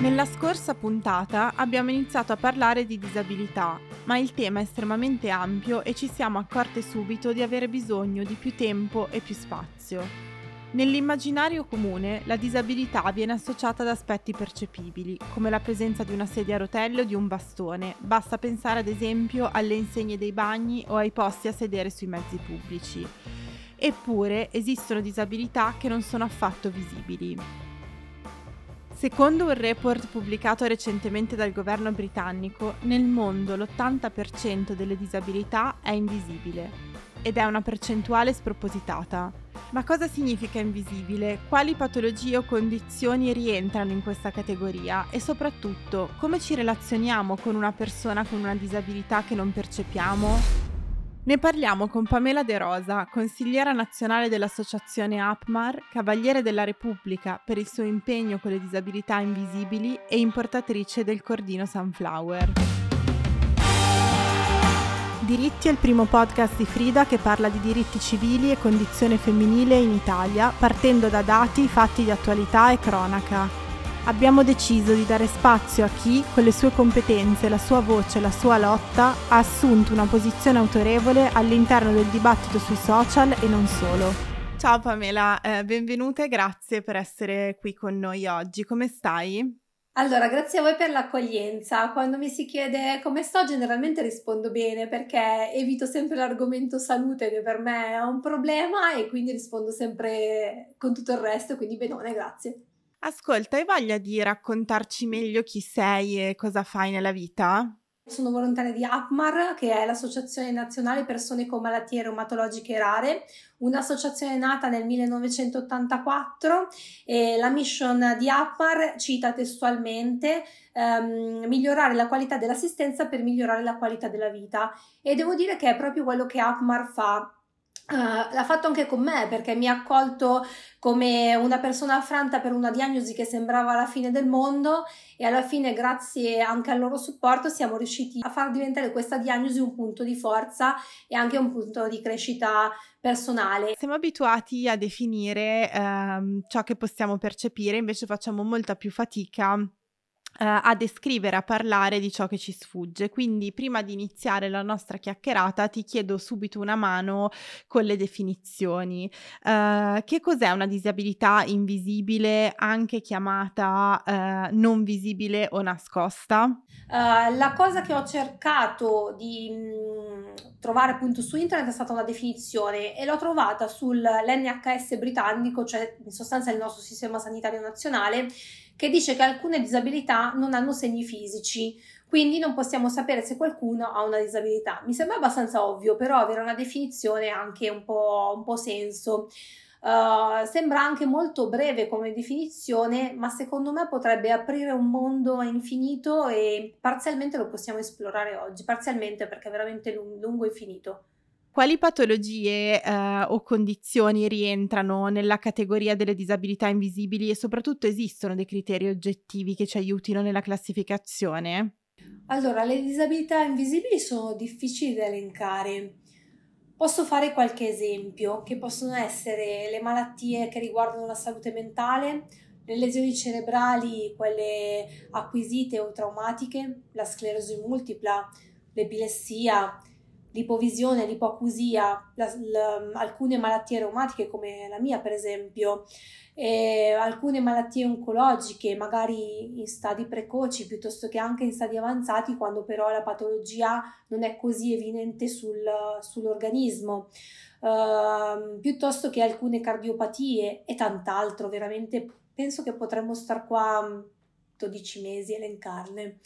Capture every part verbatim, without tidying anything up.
Nella scorsa puntata abbiamo iniziato a parlare di disabilità, ma il tema è estremamente ampio e ci siamo accorte subito di avere bisogno di più tempo e più spazio. Nell'immaginario comune la disabilità viene associata ad aspetti percepibili, come la presenza di una sedia a rotelle o di un bastone. Basta pensare ad esempio alle insegne dei bagni o ai posti a sedere sui mezzi pubblici. Eppure esistono disabilità che non sono affatto visibili. Secondo un report pubblicato recentemente dal governo britannico, nel mondo l'ottanta per cento delle disabilità è invisibile ed è una percentuale spropositata. Ma cosa significa invisibile? Quali patologie o condizioni rientrano in questa categoria? E soprattutto, come ci relazioniamo con una persona con una disabilità che non percepiamo? Ne parliamo con Pamela De Rosa, consigliera nazionale dell'associazione A P M A R, Cavaliere della Repubblica per il suo impegno con le disabilità invisibili e importatrice del cordino Sunflower. Diritti è il primo podcast di Frida che parla di diritti civili e condizione femminile in Italia, partendo da dati, fatti di attualità e cronaca. Abbiamo deciso di dare spazio a chi, con le sue competenze, la sua voce e la sua lotta, ha assunto una posizione autorevole all'interno del dibattito sui social e non solo. Ciao Pamela, eh, benvenuta e grazie per essere qui con noi oggi. Come stai? Allora, grazie a voi per l'accoglienza. Quando mi si chiede come sto, generalmente rispondo bene perché evito sempre l'argomento salute, che per me è un problema, e quindi rispondo sempre con tutto il resto, quindi benone, grazie. Ascolta, hai voglia di raccontarci meglio chi sei e cosa fai nella vita? Sono volontaria di A P M A R, che è l'Associazione Nazionale Persone con Malattie Reumatologiche Rare, un'associazione nata nel millenovecentottantaquattro, e la mission di A P M A R cita testualmente ehm, migliorare la qualità dell'assistenza per migliorare la qualità della vita, e devo dire che è proprio quello che A P M A R fa. Uh, l'ha fatto anche con me, perché mi ha accolto come una persona affranta per una diagnosi che sembrava la fine del mondo, e alla fine, grazie anche al loro supporto, siamo riusciti a far diventare questa diagnosi un punto di forza e anche un punto di crescita personale. Siamo abituati a definire ehm, ciò che possiamo percepire, invece facciamo molta più fatica Uh, a descrivere, a parlare di ciò che ci sfugge. Quindi prima di iniziare la nostra chiacchierata ti chiedo subito una mano con le definizioni. Uh, che cos'è una disabilità invisibile, anche chiamata uh, non visibile o nascosta? Uh, la cosa che ho cercato di mh, trovare appunto su internet è stata una definizione, e l'ho trovata sull'N H S britannico, cioè in sostanza il nostro sistema sanitario nazionale, che dice che alcune disabilità non hanno segni fisici, quindi non possiamo sapere se qualcuno ha una disabilità. Mi sembra abbastanza ovvio, però avere una definizione ha anche un po', un po' senso. Uh, sembra anche molto breve come definizione, ma secondo me potrebbe aprire un mondo infinito, e parzialmente lo possiamo esplorare oggi, parzialmente perché è veramente lung- lungo e finito. Quali patologie eh, o condizioni rientrano nella categoria delle disabilità invisibili e soprattutto esistono dei criteri oggettivi che ci aiutino nella classificazione? Allora, le disabilità invisibili sono difficili da elencare. Posso fare qualche esempio, che possono essere le malattie che riguardano la salute mentale, le lesioni cerebrali, quelle acquisite o traumatiche, la sclerosi multipla, l'epilessia, l'ipovisione, l'ipoacusia, la, la, alcune malattie reumatiche come la mia per esempio, e alcune malattie oncologiche magari in stadi precoci piuttosto che anche in stadi avanzati, quando però la patologia non è così evidente sul, sull'organismo, uh, piuttosto che alcune cardiopatie e tant'altro. Veramente penso che potremmo star qua dodici mesi a elencarle.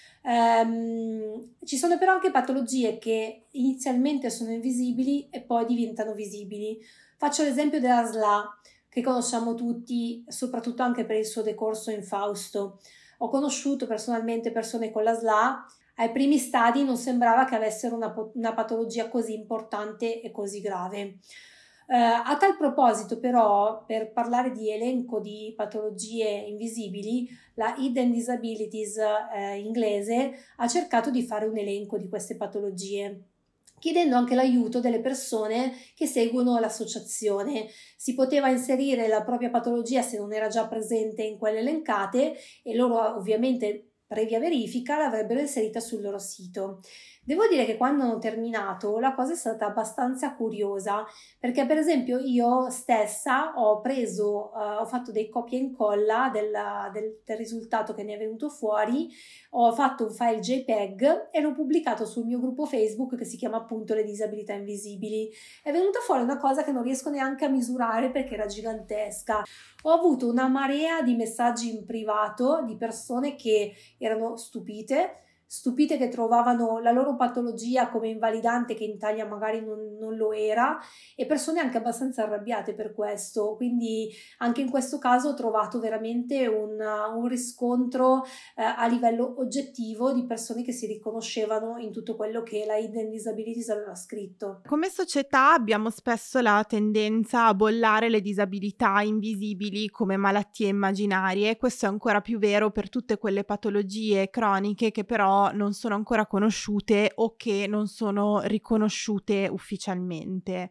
Um, ci sono però anche patologie che inizialmente sono invisibili e poi diventano visibili. Faccio l'esempio della S L A, che conosciamo tutti, soprattutto anche per il suo decorso infausto. Ho conosciuto personalmente persone con la S L A. Ai primi stadi non sembrava che avessero una, una patologia così importante e così grave. Uh, a tal proposito però, per parlare di elenco di patologie invisibili, la Hidden Disabilities eh, inglese ha cercato di fare un elenco di queste patologie, chiedendo anche l'aiuto delle persone che seguono l'associazione. Si poteva inserire la propria patologia se non era già presente in quelle elencate e loro ovviamente, previa verifica, l'avrebbero inserita sul loro sito. Devo dire che quando hanno terminato la cosa è stata abbastanza curiosa, perché per esempio io stessa ho preso, uh, ho fatto dei copia e incolla della, del, del risultato che ne è venuto fuori, ho fatto un file JPEG e l'ho pubblicato sul mio gruppo Facebook che si chiama appunto Le Disabilità Invisibili. È venuta fuori una cosa che non riesco neanche a misurare perché era gigantesca. Ho avuto una marea di messaggi in privato di persone che erano stupite, stupite che trovavano la loro patologia come invalidante, che in Italia magari non, non lo era, e persone anche abbastanza arrabbiate per questo. Quindi anche in questo caso ho trovato veramente un, un riscontro eh, a livello oggettivo di persone che si riconoscevano in tutto quello che la Hidden Disabilities aveva scritto. Come società abbiamo spesso la tendenza a bollare le disabilità invisibili come malattie immaginarie. Questo è ancora più vero per tutte quelle patologie croniche che però non sono ancora conosciute o che non sono riconosciute ufficialmente.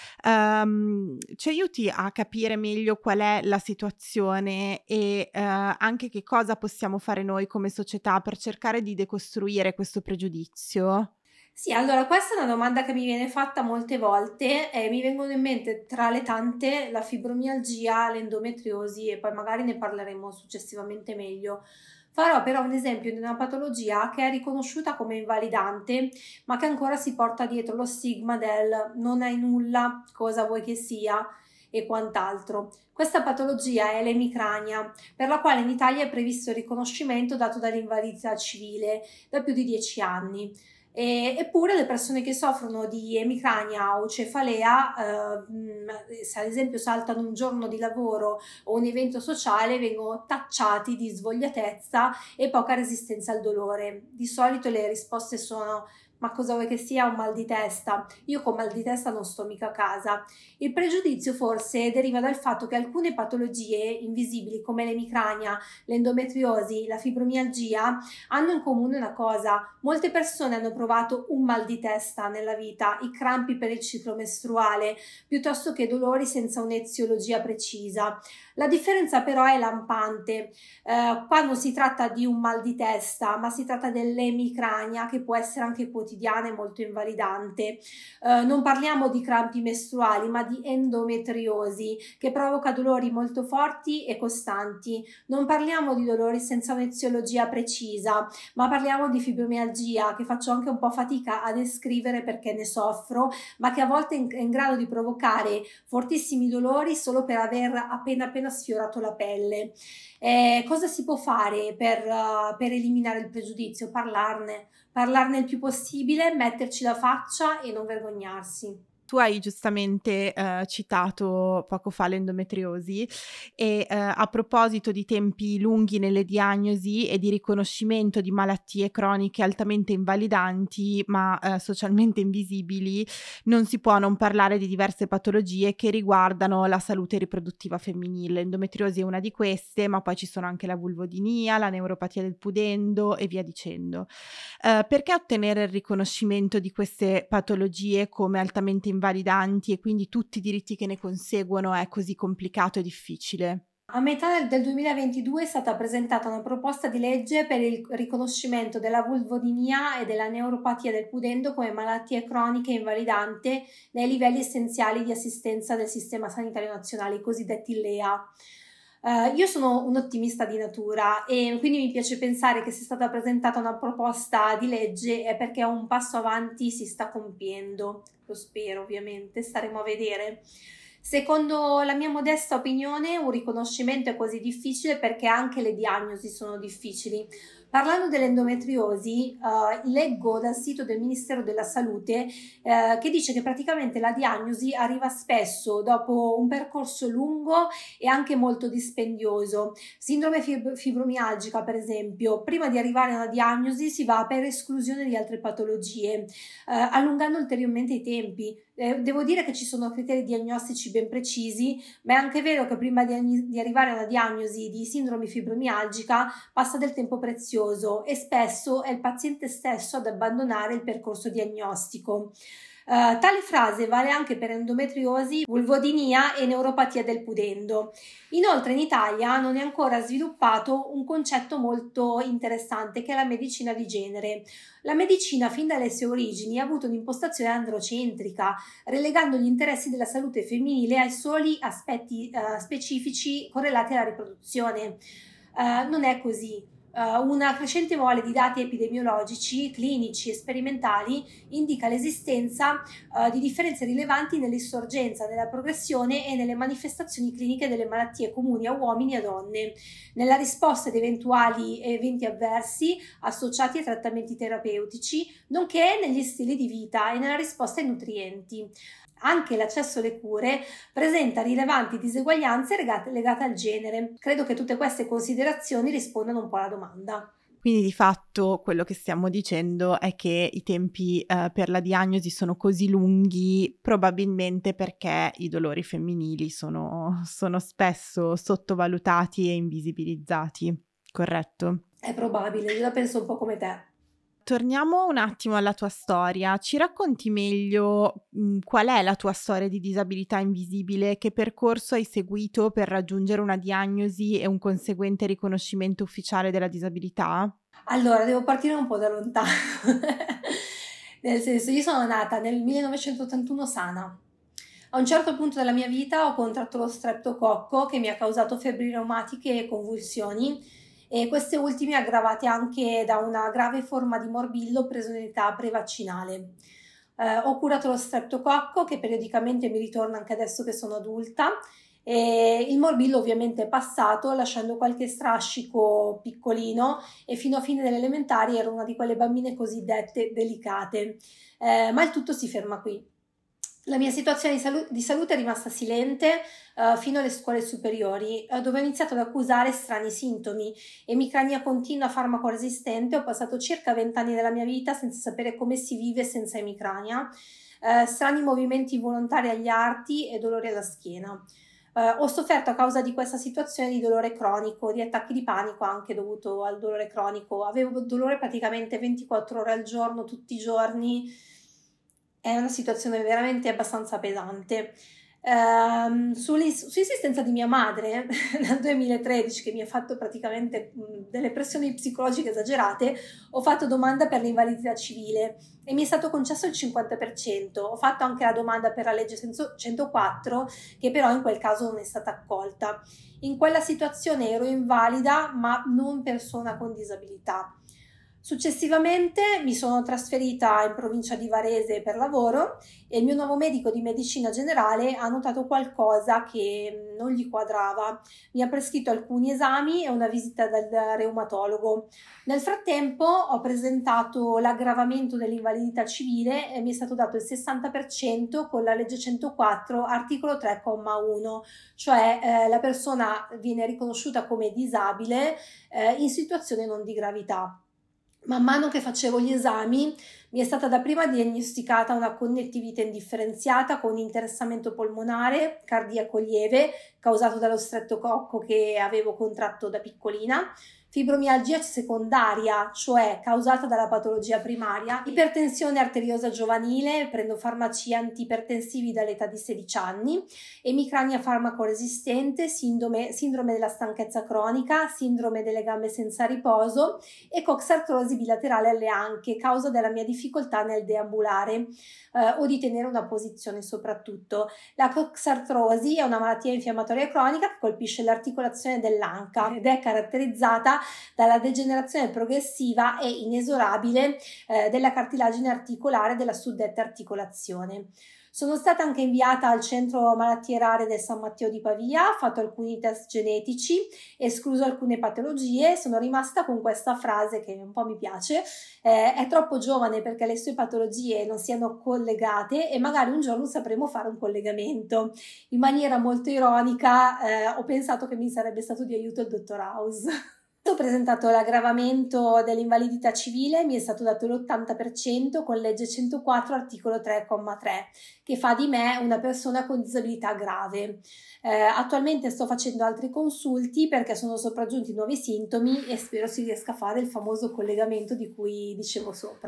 Um, ci aiuti a capire meglio qual è la situazione e uh, anche che cosa possiamo fare noi come società per cercare di decostruire questo pregiudizio? Sì, allora questa è una domanda che mi viene fatta molte volte e mi vengono in mente tra le tante la fibromialgia, l'endometriosi e poi magari ne parleremo successivamente meglio. Farò però un esempio di una patologia che è riconosciuta come invalidante, ma che ancora si porta dietro lo stigma del non hai nulla, cosa vuoi che sia e quant'altro. Questa patologia è l'emicrania, per la quale in Italia è previsto il riconoscimento dato dall'invalidità civile da più di dieci anni. E, eppure le persone che soffrono di emicrania o cefalea, eh, se ad esempio saltano un giorno di lavoro o un evento sociale, vengono tacciati di svogliatezza e poca resistenza al dolore. Di solito le risposte sono: ma cosa vuoi che sia, un mal di testa? Io con mal di testa non sto mica a casa. Il pregiudizio forse deriva dal fatto che alcune patologie invisibili come l'emicrania, l'endometriosi, la fibromialgia hanno in comune una cosa: molte persone hanno provato un mal di testa nella vita, i crampi per il ciclo mestruale, piuttosto che dolori senza un'eziologia precisa. La differenza però è lampante. Eh, qua non si tratta di un mal di testa, ma si tratta dell'emicrania, che può essere anche quotidiana e molto invalidante. Eh, non parliamo di crampi mestruali, ma di endometriosi, che provoca dolori molto forti e costanti. Non parliamo di dolori senza un'eziologia precisa, ma parliamo di fibromialgia, che faccio anche un po' fatica a descrivere perché ne soffro, ma che a volte è in grado di provocare fortissimi dolori solo per aver appena appena sfiorato la pelle. Eh, cosa si può fare per, uh, per eliminare il pregiudizio? Parlarne, parlarne il più possibile, metterci la faccia e non vergognarsi. Tu hai giustamente eh, citato poco fa l'endometriosi e eh, a proposito di tempi lunghi nelle diagnosi e di riconoscimento di malattie croniche altamente invalidanti ma eh, socialmente invisibili, non si può non parlare di diverse patologie che riguardano la salute riproduttiva femminile. L'endometriosi è una di queste, ma poi ci sono anche la vulvodinia, la neuropatia del pudendo e via dicendo. Eh, perché ottenere il riconoscimento di queste patologie come altamente invalidanti e quindi tutti i diritti che ne conseguono è così complicato e difficile? A metà del duemilaventidue è stata presentata una proposta di legge per il riconoscimento della vulvodinia e della neuropatia del pudendo come malattie croniche invalidanti nei livelli essenziali di assistenza del Sistema Sanitario Nazionale, i cosiddetti L E A. Uh, io sono un ottimista di natura e quindi mi piace pensare che sia stata presentata una proposta di legge è perché un passo avanti si sta compiendo. Lo spero, ovviamente, staremo a vedere. Secondo la mia modesta opinione, un riconoscimento è così difficile perché anche le diagnosi sono difficili. Parlando dell'endometriosi, uh, leggo dal sito del Ministero della Salute uh, che dice che praticamente la diagnosi arriva spesso dopo un percorso lungo e anche molto dispendioso. Sindrome fib- fibromialgica, per esempio, prima di arrivare a una diagnosi si va per esclusione di altre patologie, uh, allungando ulteriormente i tempi. Eh, devo dire che ci sono criteri diagnostici ben precisi, ma è anche vero che prima di, di arrivare a una diagnosi di sindrome fibromialgica passa del tempo prezioso e spesso è il paziente stesso ad abbandonare il percorso diagnostico. Uh, tale frase vale anche per endometriosi, vulvodinia e neuropatia del pudendo. Inoltre in Italia non è ancora sviluppato un concetto molto interessante che è la medicina di genere. La medicina fin dalle sue origini ha avuto un'impostazione androcentrica, relegando gli interessi della salute femminile ai soli aspetti uh, specifici correlati alla riproduzione. Uh, non è così. Uh, una crescente mole di dati epidemiologici, clinici e sperimentali indica l'esistenza uh, di differenze rilevanti nell'insorgenza, nella progressione e nelle manifestazioni cliniche delle malattie comuni a uomini e a donne, nella risposta ad eventuali eventi avversi associati a trattamenti terapeutici, nonché negli stili di vita e nella risposta ai nutrienti. Anche l'accesso alle cure presenta rilevanti diseguaglianze legate, legate al genere. Credo che tutte queste considerazioni rispondano un po' alla domanda. Quindi di fatto quello che stiamo dicendo è che i tempi eh, per la diagnosi sono così lunghi probabilmente perché i dolori femminili sono, sono spesso sottovalutati e invisibilizzati, corretto? È probabile, io la penso un po' come te. Torniamo un attimo alla tua storia. Ci racconti meglio mh, qual è la tua storia di disabilità invisibile? Che percorso hai seguito per raggiungere una diagnosi e un conseguente riconoscimento ufficiale della disabilità? Allora, devo partire un po' da lontano. Nel senso, io sono nata nel millenovecentottantuno sana. A un certo punto della mia vita ho contratto lo streptococco che mi ha causato febbri reumatiche e convulsioni, e queste ultime aggravate anche da una grave forma di morbillo preso in età prevaccinale. Eh, ho curato lo streptococco che periodicamente mi ritorna anche adesso che sono adulta, e il morbillo ovviamente è passato lasciando qualche strascico piccolino, e fino a fine delle elementari ero una di quelle bambine cosiddette delicate, eh, ma il tutto si ferma qui. La mia situazione di, salu- di salute è rimasta silente uh, fino alle scuole superiori, uh, dove ho iniziato ad accusare strani sintomi: emicrania continua farmaco resistente. Ho passato circa vent'anni della mia vita senza sapere come si vive senza emicrania, uh, strani movimenti involontari agli arti e dolori alla schiena. Uh, ho sofferto a causa di questa situazione di dolore cronico, di attacchi di panico anche dovuto al dolore cronico. Avevo dolore praticamente ventiquattro ore al giorno, tutti i giorni. È una situazione veramente abbastanza pesante. Um, sull'insistenza di mia madre nel duemilatredici, che mi ha fatto praticamente mh, delle pressioni psicologiche esagerate, ho fatto domanda per l'invalidità civile e mi è stato concesso il cinquanta per cento. Ho fatto anche la domanda per la legge centoquattro, che però in quel caso non è stata accolta. In quella situazione ero invalida ma non persona con disabilità. Successivamente mi sono trasferita in provincia di Varese per lavoro e il mio nuovo medico di medicina generale ha notato qualcosa che non gli quadrava. Mi ha prescritto alcuni esami e una visita dal reumatologo. Nel frattempo ho presentato l'aggravamento dell'invalidità civile e mi è stato dato il sessanta per cento con la legge centoquattro, articolo tre, comma uno, cioè eh, la persona viene riconosciuta come disabile eh, in situazione non di gravità. Man mano che facevo gli esami mi è stata dapprima diagnosticata una connettivite indifferenziata con interessamento polmonare cardiaco lieve causato dallo streptococco che avevo contratto da piccolina, fibromialgia secondaria, cioè causata dalla patologia primaria, ipertensione arteriosa giovanile, prendo farmaci antiipertensivi dall'età di sedici anni, emicrania farmaco resistente, sindrome, sindrome della stanchezza cronica, sindrome delle gambe senza riposo e coxartrosi bilaterale alle anche, causa della mia difficoltà nel deambulare eh, o di tenere una posizione soprattutto. La coxartrosi è una malattia infiammatoria cronica che colpisce l'articolazione dell'anca ed è caratterizzata dalla degenerazione progressiva e inesorabile eh, della cartilagine articolare della suddetta articolazione. Sono stata anche inviata al centro malattie rare del San Matteo di Pavia, ho fatto alcuni test genetici, escluso alcune patologie. Sono rimasta con questa frase che un po' mi piace: eh, è troppo giovane perché le sue patologie non siano collegate e magari un giorno sapremo fare un collegamento. In maniera molto ironica eh, ho pensato che mi sarebbe stato di aiuto il dottor House. Ho presentato l'aggravamento dell'invalidità civile, mi è stato dato l'ottanta per cento con legge centoquattro, articolo tre, comma tre, che fa di me una persona con disabilità grave. Eh, attualmente sto facendo altri consulti perché sono sopraggiunti nuovi sintomi e spero si riesca a fare il famoso collegamento di cui dicevo sopra.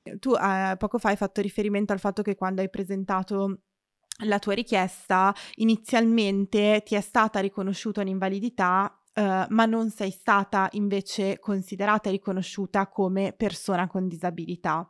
Tu eh, poco fa hai fatto riferimento al fatto che quando hai presentato la tua richiesta, inizialmente ti è stata riconosciuta un'invalidità, eh, ma non sei stata invece considerata e riconosciuta come persona con disabilità.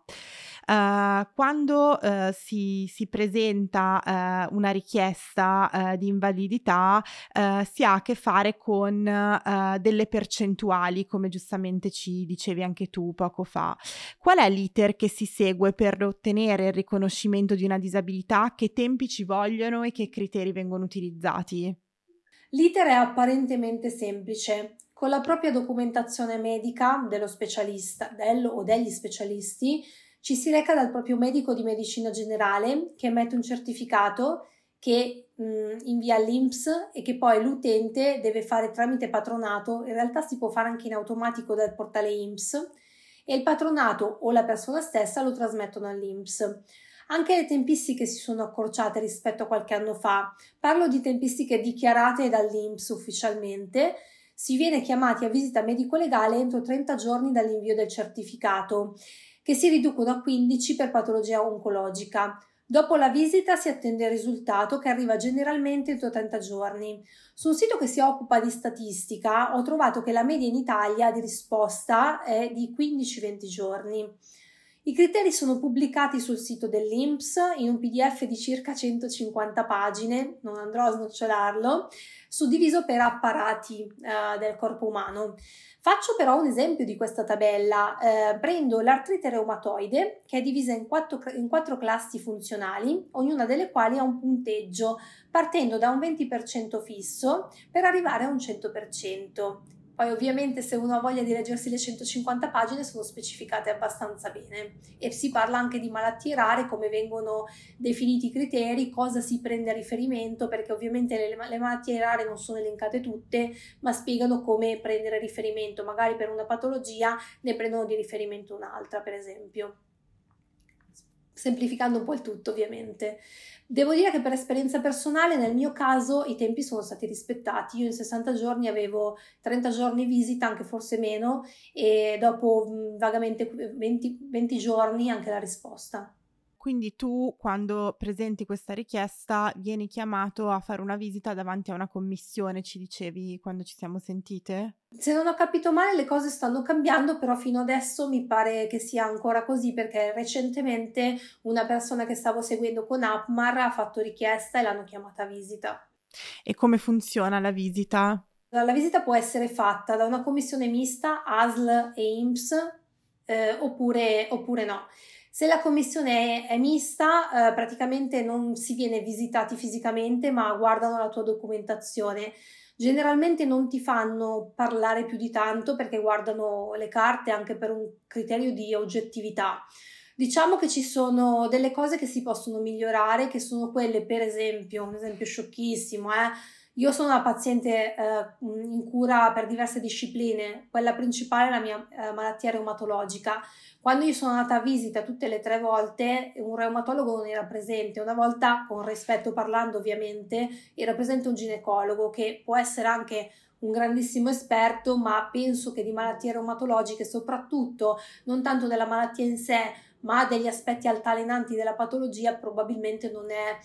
Eh, quando eh, si, si presenta eh, una richiesta eh, di invalidità, eh, si ha a che fare con eh, delle percentuali, come giustamente ci dicevi anche tu poco fa. Qual è l'iter che si segue per ottenere il riconoscimento di una disabilità? Che tempi ci vogliono e che criteri vengono utilizzati? L'iter è apparentemente semplice. Con la propria documentazione medica dello specialista, del o degli specialisti, ci si reca dal proprio medico di medicina generale che emette un certificato che mh, invia all'I N P S e che poi l'utente deve fare tramite patronato. In realtà si può fare anche in automatico dal portale I N P S e il patronato o la persona stessa lo trasmettono all'I N P S. Anche le tempistiche si sono accorciate rispetto a qualche anno fa. Parlo di tempistiche dichiarate dall'I N P S ufficialmente. Si viene chiamati a visita medico-legale entro trenta giorni dall'invio del certificato, che si riducono a quindici per patologia oncologica. Dopo la visita si attende il risultato, che arriva generalmente entro trenta giorni. Su un sito che si occupa di statistica ho trovato che la media in Italia di risposta è di quindici venti giorni. I criteri sono pubblicati sul sito dell'I N P S in un P D F di circa centocinquanta pagine, non andrò a snocciolarlo, suddiviso per apparati eh, del corpo umano. Faccio però un esempio di questa tabella. Eh, prendo l'artrite reumatoide, che è divisa in quattro, in quattro classi funzionali, ognuna delle quali ha un punteggio, partendo da un venti per cento fisso per arrivare a un cento per cento. Poi ovviamente se uno ha voglia di leggersi le centocinquanta pagine sono specificate abbastanza bene e si parla anche di malattie rare, come vengono definiti i criteri, cosa si prende a riferimento, perché ovviamente le, le malattie rare non sono elencate tutte, ma spiegano come prendere riferimento. Magari per una patologia ne prendono di riferimento un'altra, per esempio. Semplificando un po' il tutto, ovviamente. Devo dire che per esperienza personale, nel mio caso, i tempi sono stati rispettati. Io in sessanta giorni avevo trenta giorni visita, anche forse meno, e dopo mh, vagamente venti, venti giorni anche la risposta. Quindi tu, quando presenti questa richiesta, vieni chiamato a fare una visita davanti a una commissione, ci dicevi quando ci siamo sentite? Se non ho capito male, le cose stanno cambiando, però fino adesso mi pare che sia ancora così, perché recentemente una persona che stavo seguendo con APMAR ha fatto richiesta e l'hanno chiamata a visita. E come funziona la visita? La visita può essere fatta da una commissione mista, A S L e I N P S, eh, oppure, oppure no. Se la commissione è, è mista, eh, praticamente non si viene visitati fisicamente, ma guardano la tua documentazione. Generalmente non ti fanno parlare più di tanto perché guardano le carte anche per un criterio di oggettività. Diciamo che ci sono delle cose che si possono migliorare, che sono quelle, per esempio, un esempio sciocchissimo, eh? Io sono una paziente eh, in cura per diverse discipline, quella principale è la mia eh, malattia reumatologica. Quando io sono andata a visita tutte le tre volte, un reumatologo non era presente. Una volta, con rispetto parlando ovviamente, era presente un ginecologo che può essere anche un grandissimo esperto, ma penso che di malattie reumatologiche, soprattutto non tanto della malattia in sé, ma degli aspetti altalenanti della patologia, probabilmente non è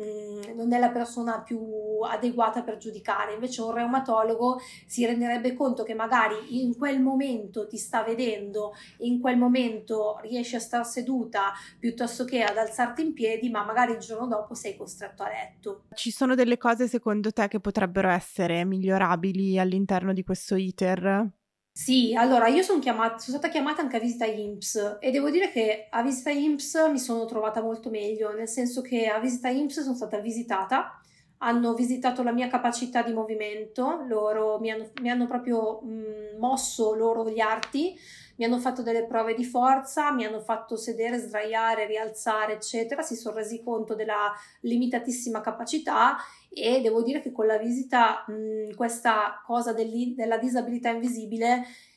non è la persona più adeguata per giudicare. Invece un reumatologo si renderebbe conto che magari in quel momento ti sta vedendo, in quel momento riesci a star seduta piuttosto che ad alzarti in piedi, ma magari il giorno dopo sei costretto a letto. Ci sono delle cose secondo te che potrebbero essere migliorabili all'interno di questo iter? Sì, allora io sono, chiamata, sono stata chiamata anche a visita I N P S e devo dire che a visita I N P S mi sono trovata molto meglio, nel senso che a visita I N P S sono stata visitata, hanno visitato la mia capacità di movimento, loro mi hanno, mi hanno proprio mh, mosso loro gli arti, mi hanno fatto delle prove di forza, mi hanno fatto sedere, sdraiare, rialzare, eccetera, si sono resi conto della limitatissima capacità e devo dire che con la visita mh, questa cosa della disabilità invisibile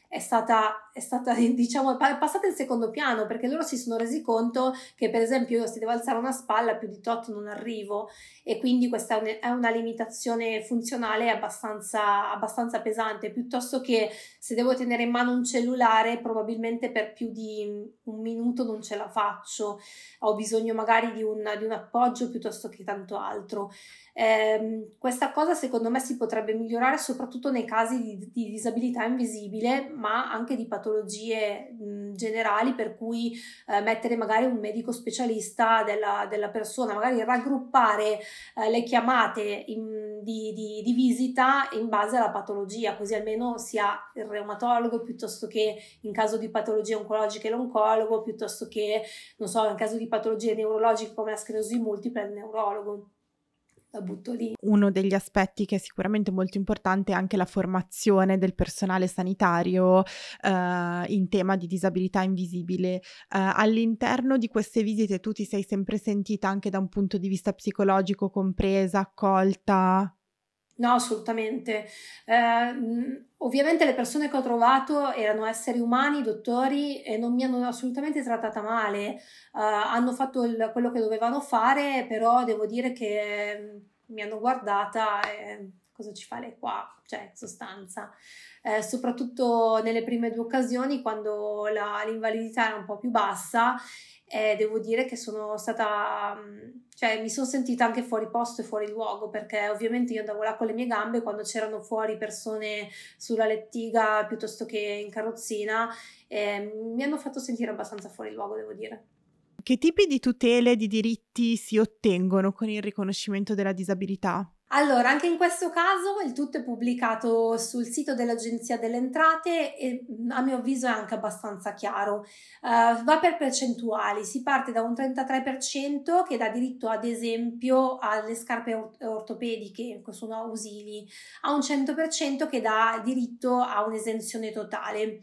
è stata, è stata diciamo, è passata in secondo piano, perché loro si sono resi conto che, per esempio, io se devo alzare una spalla più di tot non arrivo, e quindi questa è una limitazione funzionale abbastanza, abbastanza pesante, piuttosto che se devo tenere in mano un cellulare probabilmente per più di un minuto non ce la faccio, ho bisogno magari di un, di un appoggio piuttosto che tanto altro. Eh, questa cosa secondo me si potrebbe migliorare soprattutto nei casi di, di disabilità invisibile, ma anche di patologie mh, generali, per cui eh, mettere magari un medico specialista della, della persona, magari raggruppare eh, le chiamate in, di, di, di visita in base alla patologia, così almeno si ha il reumatologo piuttosto che, in caso di patologie oncologiche, l'oncologo, piuttosto che, non so, in caso di patologie neurologiche come la sclerosi multipla, il neurologo. La butto lì. Uno degli aspetti che è sicuramente molto importante è anche la formazione del personale sanitario eh, in tema di disabilità invisibile. Eh, all'interno di queste visite tu ti sei sempre sentita anche da un punto di vista psicologico compresa, accolta? No, assolutamente. Eh, ovviamente le persone che ho trovato erano esseri umani, dottori, e non mi hanno assolutamente trattata male. Eh, hanno fatto il, quello che dovevano fare, però devo dire che mi hanno guardata e cosa ci fa lei qua? Cioè, in sostanza. Eh, soprattutto nelle prime due occasioni, quando la, l'invalidità era un po' più bassa, e devo dire che sono stata, cioè mi sono sentita anche fuori posto e fuori luogo, perché ovviamente io andavo là con le mie gambe, quando c'erano fuori persone sulla lettiga piuttosto che in carrozzina, eh, mi hanno fatto sentire abbastanza fuori luogo, devo dire. Che tipi di tutele e di diritti si ottengono con il riconoscimento della disabilità? Allora, anche in questo caso il tutto è pubblicato sul sito dell'Agenzia delle Entrate e a mio avviso è anche abbastanza chiaro. Uh, va per percentuali, si parte da un trentatré per cento che dà diritto ad esempio alle scarpe or- ortopediche, che sono ausili, a un cento per cento che dà diritto a un'esenzione totale.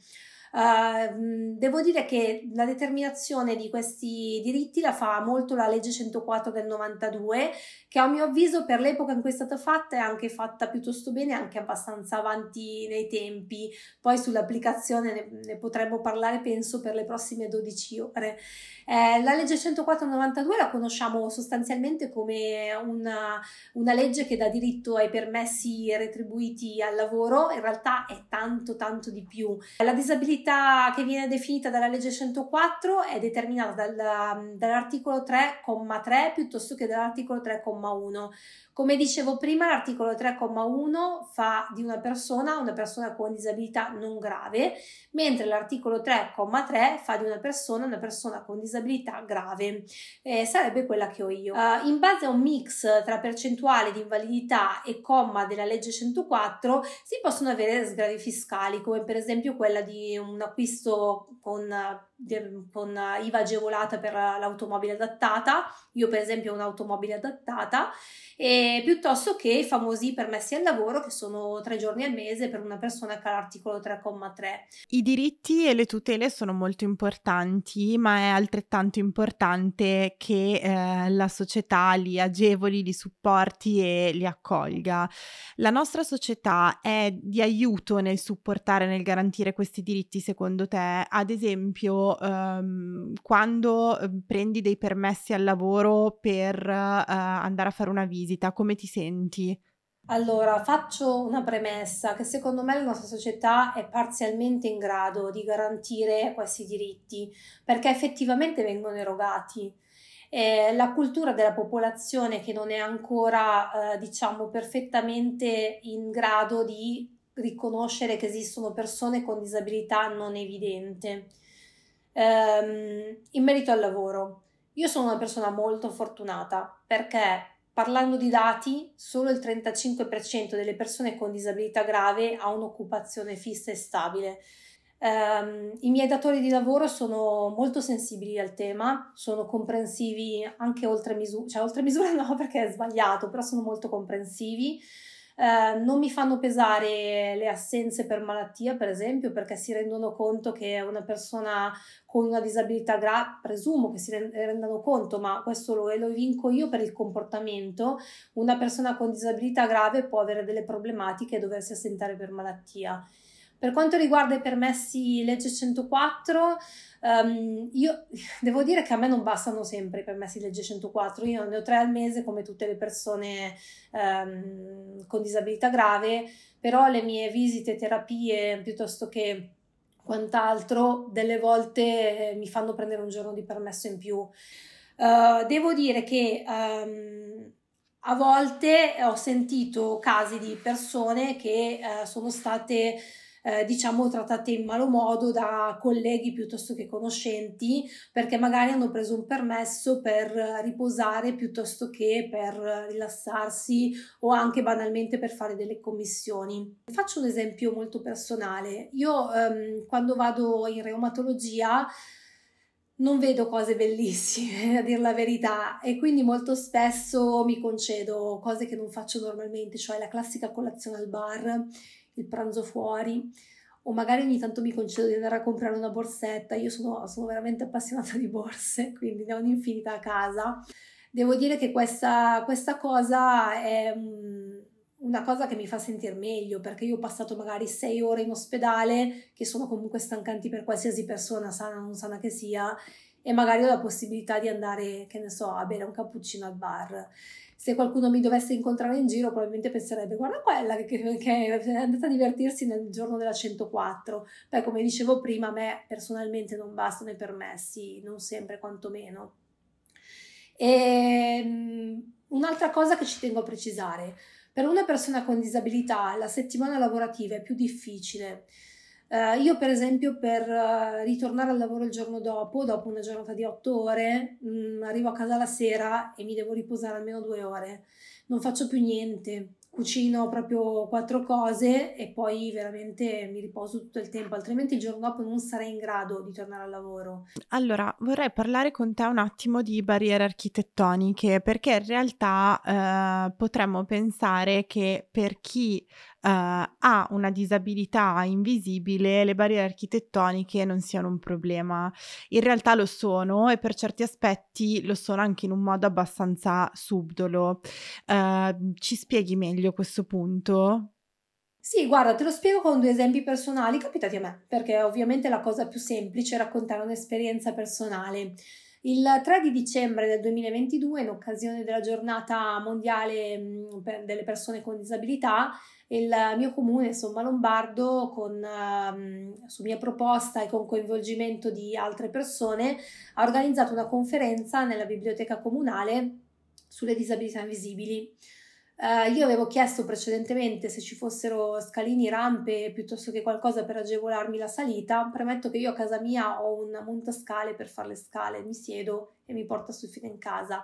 Uh, devo dire che la determinazione di questi diritti la fa molto la legge centoquattro del novantadue, che a mio avviso per l'epoca in cui è stata fatta è anche fatta piuttosto bene, anche abbastanza avanti nei tempi. Poi sull'applicazione ne, ne potremmo parlare penso per le prossime dodici ore. Eh, la legge centoquattro del novantadue la conosciamo sostanzialmente come una, una legge che dà diritto ai permessi retribuiti al lavoro, in realtà è tanto tanto di più. La disabilità che viene definita dalla legge centoquattro è determinata dal, dall'articolo tre comma tre piuttosto che dall'articolo tre comma uno. Come dicevo prima, l'articolo tre comma uno fa di una persona una persona con disabilità non grave, mentre l'articolo tre comma tre fa di una persona una persona con disabilità grave, eh, sarebbe quella che ho io. Uh, in base a un mix tra percentuale di invalidità e comma della legge centoquattro si possono avere sgravi fiscali, come per esempio quella di un acquisto con, con I V A agevolata per l'automobile adattata. Io per esempio ho un'automobile adattata, e piuttosto che i famosi permessi al lavoro, che sono tre giorni al mese per una persona che ha l'articolo tre comma tre. I diritti e le tutele sono molto importanti, ma è altrettanto importante che eh, la società li agevoli, li supporti e li accolga. La nostra società è di aiuto nel supportare, nel garantire questi diritti, secondo te? Ad esempio, ehm, quando eh, prendi dei permessi al lavoro per eh, andare a fare una visita, come ti senti? Allora, faccio una premessa che secondo me la nostra società è parzialmente in grado di garantire questi diritti, perché effettivamente vengono erogati. Eh, la cultura della popolazione che non è ancora, eh, diciamo, perfettamente in grado di riconoscere che esistono persone con disabilità non evidente. Ehm, in merito al lavoro, io sono una persona molto fortunata perché, parlando di dati, solo il trentacinque per cento delle persone con disabilità grave ha un'occupazione fissa e stabile. Um, I miei datori di lavoro sono molto sensibili al tema, sono comprensivi anche oltre misura, cioè oltre misura no perché è sbagliato, però sono molto comprensivi. Uh, non mi fanno pesare le assenze per malattia, per esempio, perché si rendono conto che una persona con una disabilità grave, presumo che si rendano conto, ma questo lo, lo vinco io per il comportamento, una persona con disabilità grave può avere delle problematiche e doversi assentare per malattia. Per quanto riguarda i permessi legge centoquattro, um, io devo dire che a me non bastano sempre i permessi legge centoquattro, io ne ho tre al mese come tutte le persone um, con disabilità grave, però le mie visite, terapie, piuttosto che quant'altro, delle volte eh, mi fanno prendere un giorno di permesso in più. Uh, devo dire che um, a volte ho sentito casi di persone che uh, sono state eh, diciamo trattate in malo modo da colleghi piuttosto che conoscenti, perché magari hanno preso un permesso per riposare piuttosto che per rilassarsi o anche banalmente per fare delle commissioni. Faccio un esempio molto personale. Io ehm, quando vado in reumatologia non vedo cose bellissime, a dir la verità, e quindi molto spesso mi concedo cose che non faccio normalmente, cioè la classica colazione al bar, il pranzo fuori, o magari ogni tanto mi concedo di andare a comprare una borsetta. Io sono, sono veramente appassionata di borse, quindi ne ho un'infinità a casa. Devo dire che questa, questa cosa è um, una cosa che mi fa sentire meglio, perché io ho passato magari sei ore in ospedale, che sono comunque stancanti per qualsiasi persona, sana o non sana che sia, e magari ho la possibilità di andare, che ne so, a bere un cappuccino al bar. Se qualcuno mi dovesse incontrare in giro probabilmente penserebbe: guarda quella che, che è andata a divertirsi nel giorno della centoquattro. Beh, come dicevo prima, a me personalmente non bastano i permessi, non sempre quantomeno. E un'altra cosa che ci tengo a precisare: per una persona con disabilità la settimana lavorativa è più difficile. Uh, io per esempio per uh, ritornare al lavoro il giorno dopo, dopo una giornata di otto ore, mh, arrivo a casa la sera e mi devo riposare almeno due ore, non faccio più niente, cucino proprio quattro cose e poi veramente mi riposo tutto il tempo, altrimenti il giorno dopo non sarei in grado di tornare al lavoro. Allora, vorrei parlare con te un attimo di barriere architettoniche, perché in realtà eh, potremmo pensare che per chi eh, ha una disabilità invisibile le barriere architettoniche non siano un problema. In realtà lo sono, e per certi aspetti lo sono anche in un modo abbastanza subdolo. Eh, ci spieghi meglio questo punto? Sì, guarda, te lo spiego con due esempi personali capitati a me, perché ovviamente la cosa più semplice è raccontare un'esperienza personale. Il tre di dicembre del duemilaventidue, in occasione della giornata mondiale mh, per- delle persone con disabilità, il mio comune, insomma Lombardo, con, ehm, su mia proposta e con coinvolgimento di altre persone, ha organizzato una conferenza nella biblioteca comunale sulle disabilità invisibili. Uh, io avevo chiesto precedentemente se ci fossero scalini, rampe piuttosto che qualcosa per agevolarmi la salita. Premetto che io a casa mia ho un montascale per fare le scale, mi siedo e mi porta su fino in casa.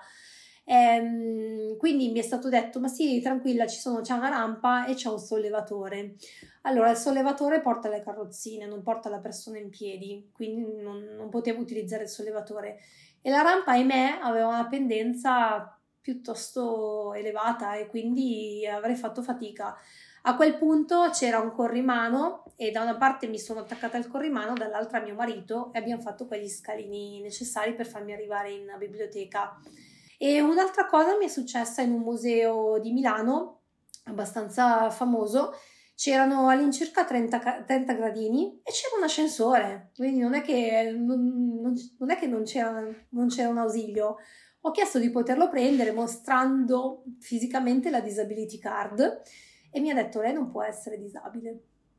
Ehm, quindi mi è stato detto: ma sì, tranquilla, ci sono, c'è una rampa e c'è un sollevatore. Allora, il sollevatore porta le carrozzine, non porta la persona in piedi, quindi non, non potevo utilizzare il sollevatore. E la rampa, ahimè, aveva una pendenza piuttosto elevata e quindi avrei fatto fatica. A quel punto c'era un corrimano e da una parte mi sono attaccata al corrimano, dall'altra mio marito, e abbiamo fatto quegli scalini necessari per farmi arrivare in biblioteca. E un'altra cosa mi è successa in un museo di Milano abbastanza famoso. C'erano all'incirca trenta, trenta gradini e c'era un ascensore, quindi non è che non, non, non, è che non c'era, non c'era un ausilio. Ho chiesto di poterlo prendere mostrando fisicamente la disability card e mi ha detto: lei non può essere disabile.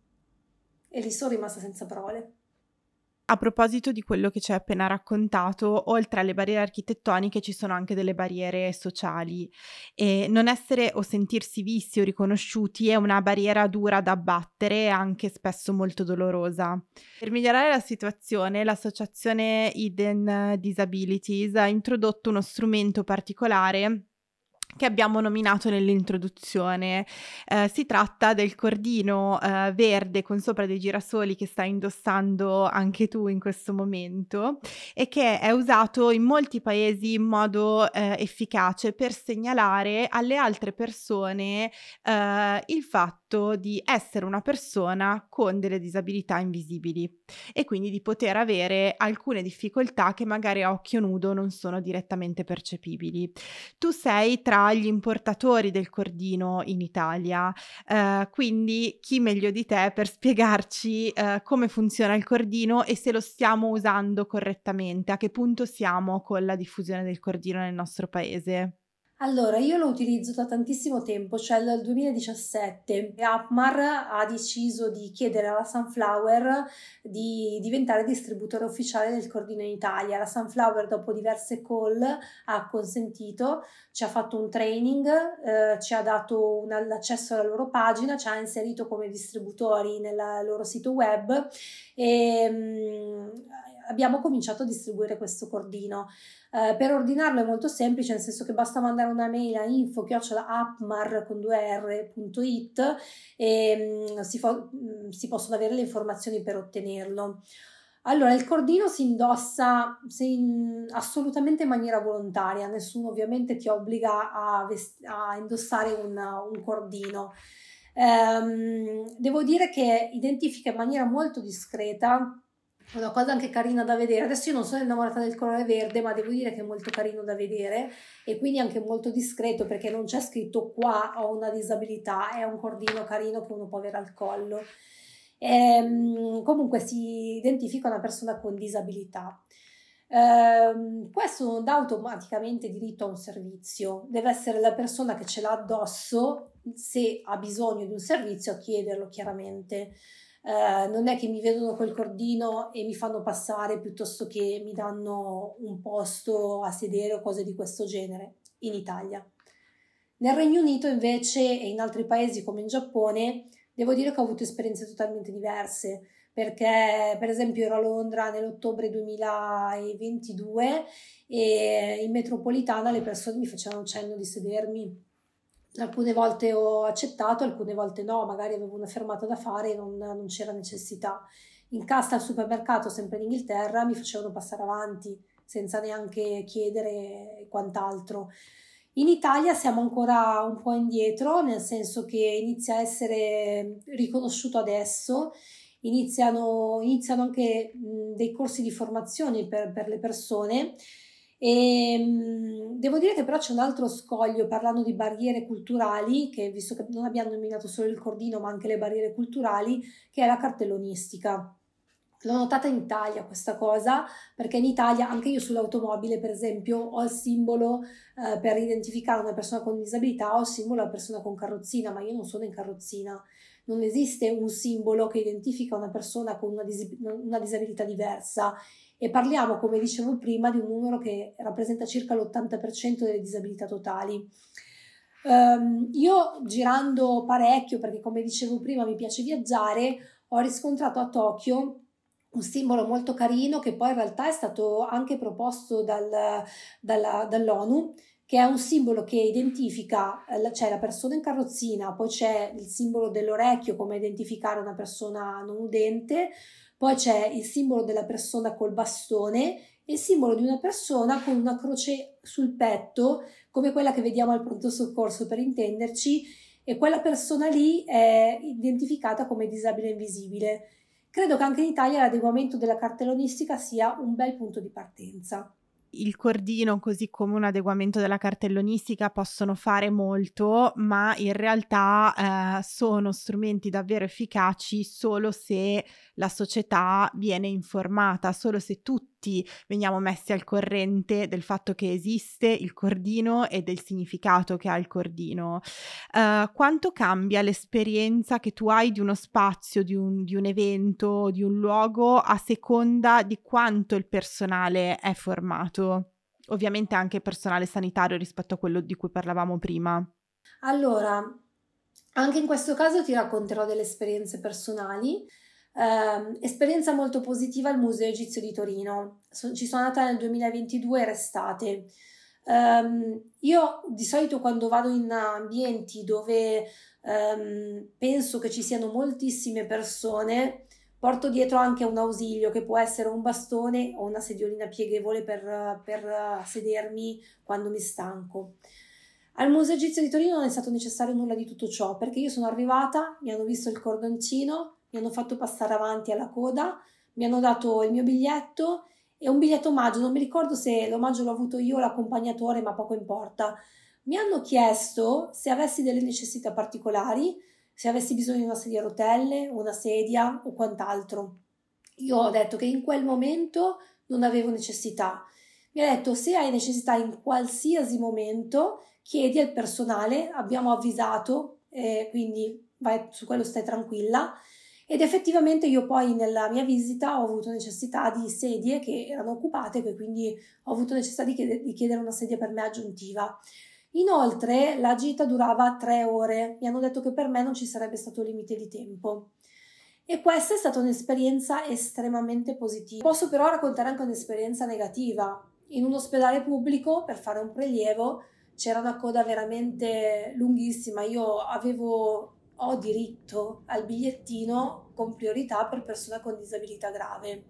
E lì sono rimasta senza parole. A proposito di quello che ci hai appena raccontato, oltre alle barriere architettoniche ci sono anche delle barriere sociali, e non essere o sentirsi visti o riconosciuti è una barriera dura da abbattere e anche spesso molto dolorosa. Per migliorare la situazione, l'associazione Hidden Disabilities ha introdotto uno strumento particolare che abbiamo nominato nell'introduzione. Eh, si tratta del cordino eh, verde con sopra dei girasoli che stai indossando anche tu in questo momento, e che è usato in molti paesi in modo eh, efficace per segnalare alle altre persone eh, il fatto fatto di essere una persona con delle disabilità invisibili e quindi di poter avere alcune difficoltà che magari a occhio nudo non sono direttamente percepibili. Tu sei tra gli importatori del cordino in Italia, eh, quindi chi meglio di te per spiegarci eh, come funziona il cordino e se lo stiamo usando correttamente, a che punto siamo con la diffusione del cordino nel nostro paese? Allora, io lo utilizzo da tantissimo tempo, cioè dal duemiladiciassette. Appmar ha deciso di chiedere alla Sunflower di diventare distributore ufficiale del cordino in Italia. La Sunflower, dopo diverse call, ha consentito, ci ha fatto un training, eh, ci ha dato un, l'accesso alla loro pagina, ci ha inserito come distributori nel loro sito web e mh, abbiamo cominciato a distribuire questo cordino. Uh, per ordinarlo è molto semplice, nel senso che basta mandare una mail a info chiocciola appmar con due r punto it e um, si, fo- um, si possono avere le informazioni per ottenerlo. Allora, il cordino si indossa in, assolutamente in maniera volontaria, nessuno ovviamente ti obbliga a, vest- a indossare un, un cordino. Um, devo dire che identifica in maniera molto discreta. Una cosa anche carina da vedere, adesso io non sono innamorata del colore verde, ma devo dire che è molto carino da vedere e quindi anche molto discreto, perché non c'è scritto qua ho una disabilità, è un cordino carino che uno può avere al collo. Ehm, comunque si identifica una persona con disabilità. Ehm, questo non dà automaticamente diritto a un servizio, deve essere la persona che ce l'ha addosso, se ha bisogno di un servizio, a chiederlo chiaramente. Uh, non è che mi vedono col cordino e mi fanno passare piuttosto che mi danno un posto a sedere o cose di questo genere in Italia. Nel Regno Unito invece e in altri paesi come in Giappone devo dire che ho avuto esperienze totalmente diverse, perché per esempio ero a Londra nell'ottobre duemilaventidue e in metropolitana le persone mi facevano cenno di sedermi. Alcune volte ho accettato, alcune volte no, magari avevo una fermata da fare e non, non c'era necessità. In cassa al supermercato, sempre in Inghilterra, mi facevano passare avanti senza neanche chiedere e quant'altro. In Italia siamo ancora un po' indietro, nel senso che inizia a essere riconosciuto adesso, iniziano, iniziano anche mh, dei corsi di formazione per, per le persone. E, mh, devo dire che però c'è un altro scoglio, parlando di barriere culturali, che visto che non abbiamo nominato solo il cordino ma anche le barriere culturali, che è la cartellonistica. L'ho notata in Italia questa cosa, perché in Italia anche io sull'automobile per esempio ho il simbolo eh, per identificare una persona con disabilità, ho il simbolo della persona con carrozzina, ma io non sono in carrozzina. Non esiste un simbolo che identifica una persona con una, dis- una disabilità diversa. E parliamo, come dicevo prima, di un numero che rappresenta circa l'ottanta per cento delle disabilità totali. Um, io girando parecchio, perché come dicevo prima mi piace viaggiare, ho riscontrato a Tokyo un simbolo molto carino che poi in realtà è stato anche proposto dal, dalla, dall'ONU, che è un simbolo che identifica, c'è la persona in carrozzina, poi c'è il simbolo dell'orecchio come identificare una persona non udente, poi c'è il simbolo della persona col bastone e il simbolo di una persona con una croce sul petto, come quella che vediamo al pronto soccorso per intenderci, e quella persona lì è identificata come disabile invisibile. Credo che anche in Italia l'adeguamento della cartellonistica sia un bel punto di partenza. Il cordino, così come un adeguamento della cartellonistica, possono fare molto, ma in realtà eh, sono strumenti davvero efficaci solo se la società viene informata, solo se tutti veniamo messi al corrente del fatto che esiste il cordino e del significato che ha il cordino. Uh, quanto cambia l'esperienza che tu hai di uno spazio, di un, di un evento, di un luogo a seconda di quanto il personale è formato? Ovviamente anche personale sanitario rispetto a quello di cui parlavamo prima. Allora, anche in questo caso ti racconterò delle esperienze personali. Uh, esperienza molto positiva al Museo Egizio di Torino. So, ci sono andata nel duemilaventidue, era estate. Um, io di solito quando vado in ambienti dove um, penso che ci siano moltissime persone, porto dietro anche un ausilio che può essere un bastone o una sediolina pieghevole per, per sedermi quando mi stanco. Al Museo Egizio di Torino non è stato necessario nulla di tutto ciò, perché io sono arrivata, mi hanno visto il cordoncino, mi hanno fatto passare avanti alla coda, mi hanno dato il mio biglietto e un biglietto omaggio, non mi ricordo se l'omaggio l'ho avuto io o l'accompagnatore, ma poco importa. Mi hanno chiesto se avessi delle necessità particolari, se avessi bisogno di una sedia a rotelle, una sedia o quant'altro. Io ho detto che in quel momento non avevo necessità. Mi ha detto: se hai necessità in qualsiasi momento, chiedi al personale, abbiamo avvisato, eh, quindi vai, su quello stai tranquilla. Ed effettivamente io poi nella mia visita ho avuto necessità di sedie che erano occupate, quindi ho avuto necessità di chiedere, di chiedere una sedia per me aggiuntiva. Inoltre la gita durava tre ore, mi hanno detto che per me non ci sarebbe stato limite di tempo. E questa è stata un'esperienza estremamente positiva. Posso però raccontare anche un'esperienza negativa. In un ospedale pubblico, per fare un prelievo, c'era una coda veramente lunghissima. Io avevo, ho diritto al bigliettino con priorità per persone con disabilità grave.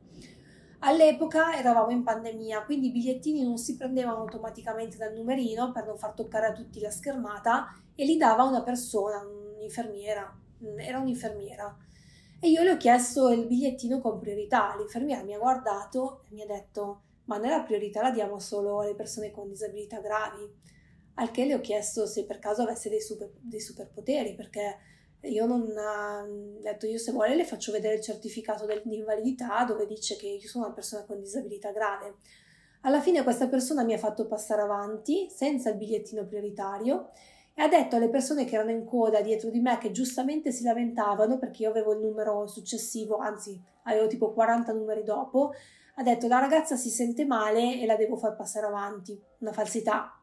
All'epoca eravamo in pandemia, quindi i bigliettini non si prendevano automaticamente dal numerino per non far toccare a tutti la schermata e li dava una persona, un'infermiera, era un'infermiera. E io le ho chiesto il bigliettino con priorità. L'infermiera mi ha guardato e mi ha detto: ma noi la priorità la diamo solo alle persone con disabilità gravi. Al che le ho chiesto se per caso avesse dei, super, dei superpoteri, perché io non ho detto: io se vuole le faccio vedere il certificato di invalidità dove dice che io sono una persona con disabilità grave. Alla fine questa persona mi ha fatto passare avanti senza il bigliettino prioritario e ha detto alle persone che erano in coda dietro di me, che giustamente si lamentavano perché io avevo il numero successivo, anzi avevo tipo quaranta numeri dopo, ha detto: la ragazza si sente male e la devo far passare avanti. Una falsità.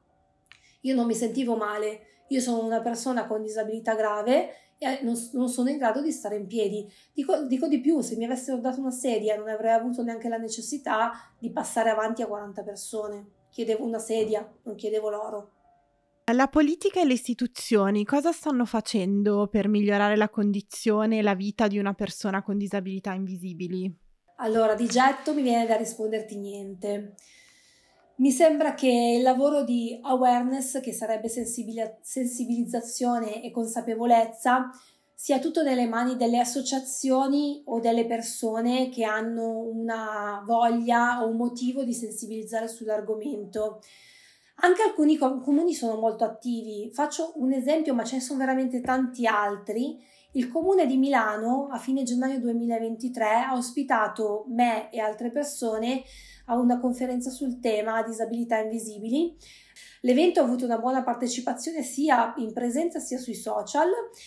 Io non mi sentivo male, io sono una persona con disabilità grave e non, non sono in grado di stare in piedi. Dico, dico di più, se mi avessero dato una sedia non avrei avuto neanche la necessità di passare avanti a quaranta persone. Chiedevo una sedia, non chiedevo loro. La politica e le istituzioni cosa stanno facendo per migliorare la condizione e la vita di una persona con disabilità invisibili? Allora, di getto mi viene da risponderti niente. Mi sembra che il lavoro di awareness, che sarebbe sensibil- sensibilizzazione e consapevolezza, sia tutto nelle mani delle associazioni o delle persone che hanno una voglia o un motivo di sensibilizzare sull'argomento. Anche alcuni com- comuni sono molto attivi. Faccio un esempio, ma ce ne sono veramente tanti altri. Il comune di Milano a fine gennaio duemilaventitré ha ospitato me e altre persone a una conferenza sul tema disabilità invisibili. L'evento ha avuto una buona partecipazione sia in presenza sia sui social.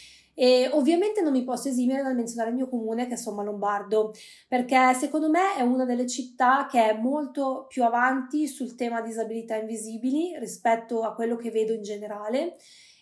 E ovviamente non mi posso esimere dal menzionare il mio comune, che è Somma-Lombardo, perché secondo me è una delle città che è molto più avanti sul tema disabilità invisibili rispetto a quello che vedo in generale,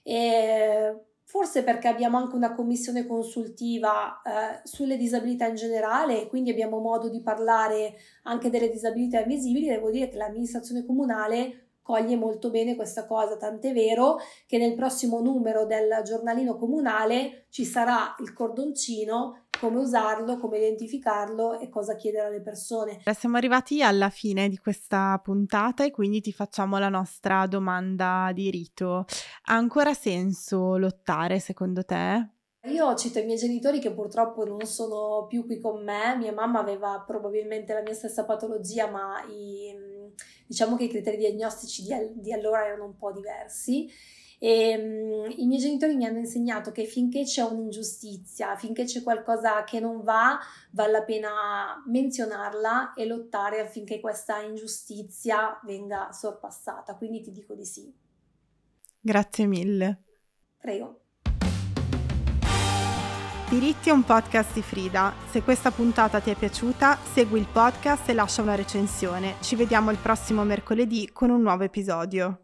e forse perché abbiamo anche una commissione consultiva eh, sulle disabilità in generale e quindi abbiamo modo di parlare anche delle disabilità invisibili. Devo dire che l'amministrazione comunale coglie molto bene questa cosa, tant'è vero che nel prossimo numero del giornalino comunale ci sarà il cordoncino, come usarlo, come identificarlo e cosa chiedere alle persone. Siamo arrivati alla fine di questa puntata e quindi ti facciamo la nostra domanda di rito. Ha ancora senso lottare secondo te? Io cito i miei genitori che purtroppo non sono più qui con me. Mia mamma aveva probabilmente la mia stessa patologia, ma i, diciamo che i criteri diagnostici di, di allora erano un po' diversi. E, um, i miei genitori mi hanno insegnato che finché c'è un'ingiustizia, finché c'è qualcosa che non va, vale la pena menzionarla e lottare affinché questa ingiustizia venga sorpassata. Quindi ti dico di sì. Grazie mille. Prego. Diritti è un podcast di Frida. Se questa puntata ti è piaciuta, segui il podcast e lascia una recensione. Ci vediamo il prossimo mercoledì con un nuovo episodio.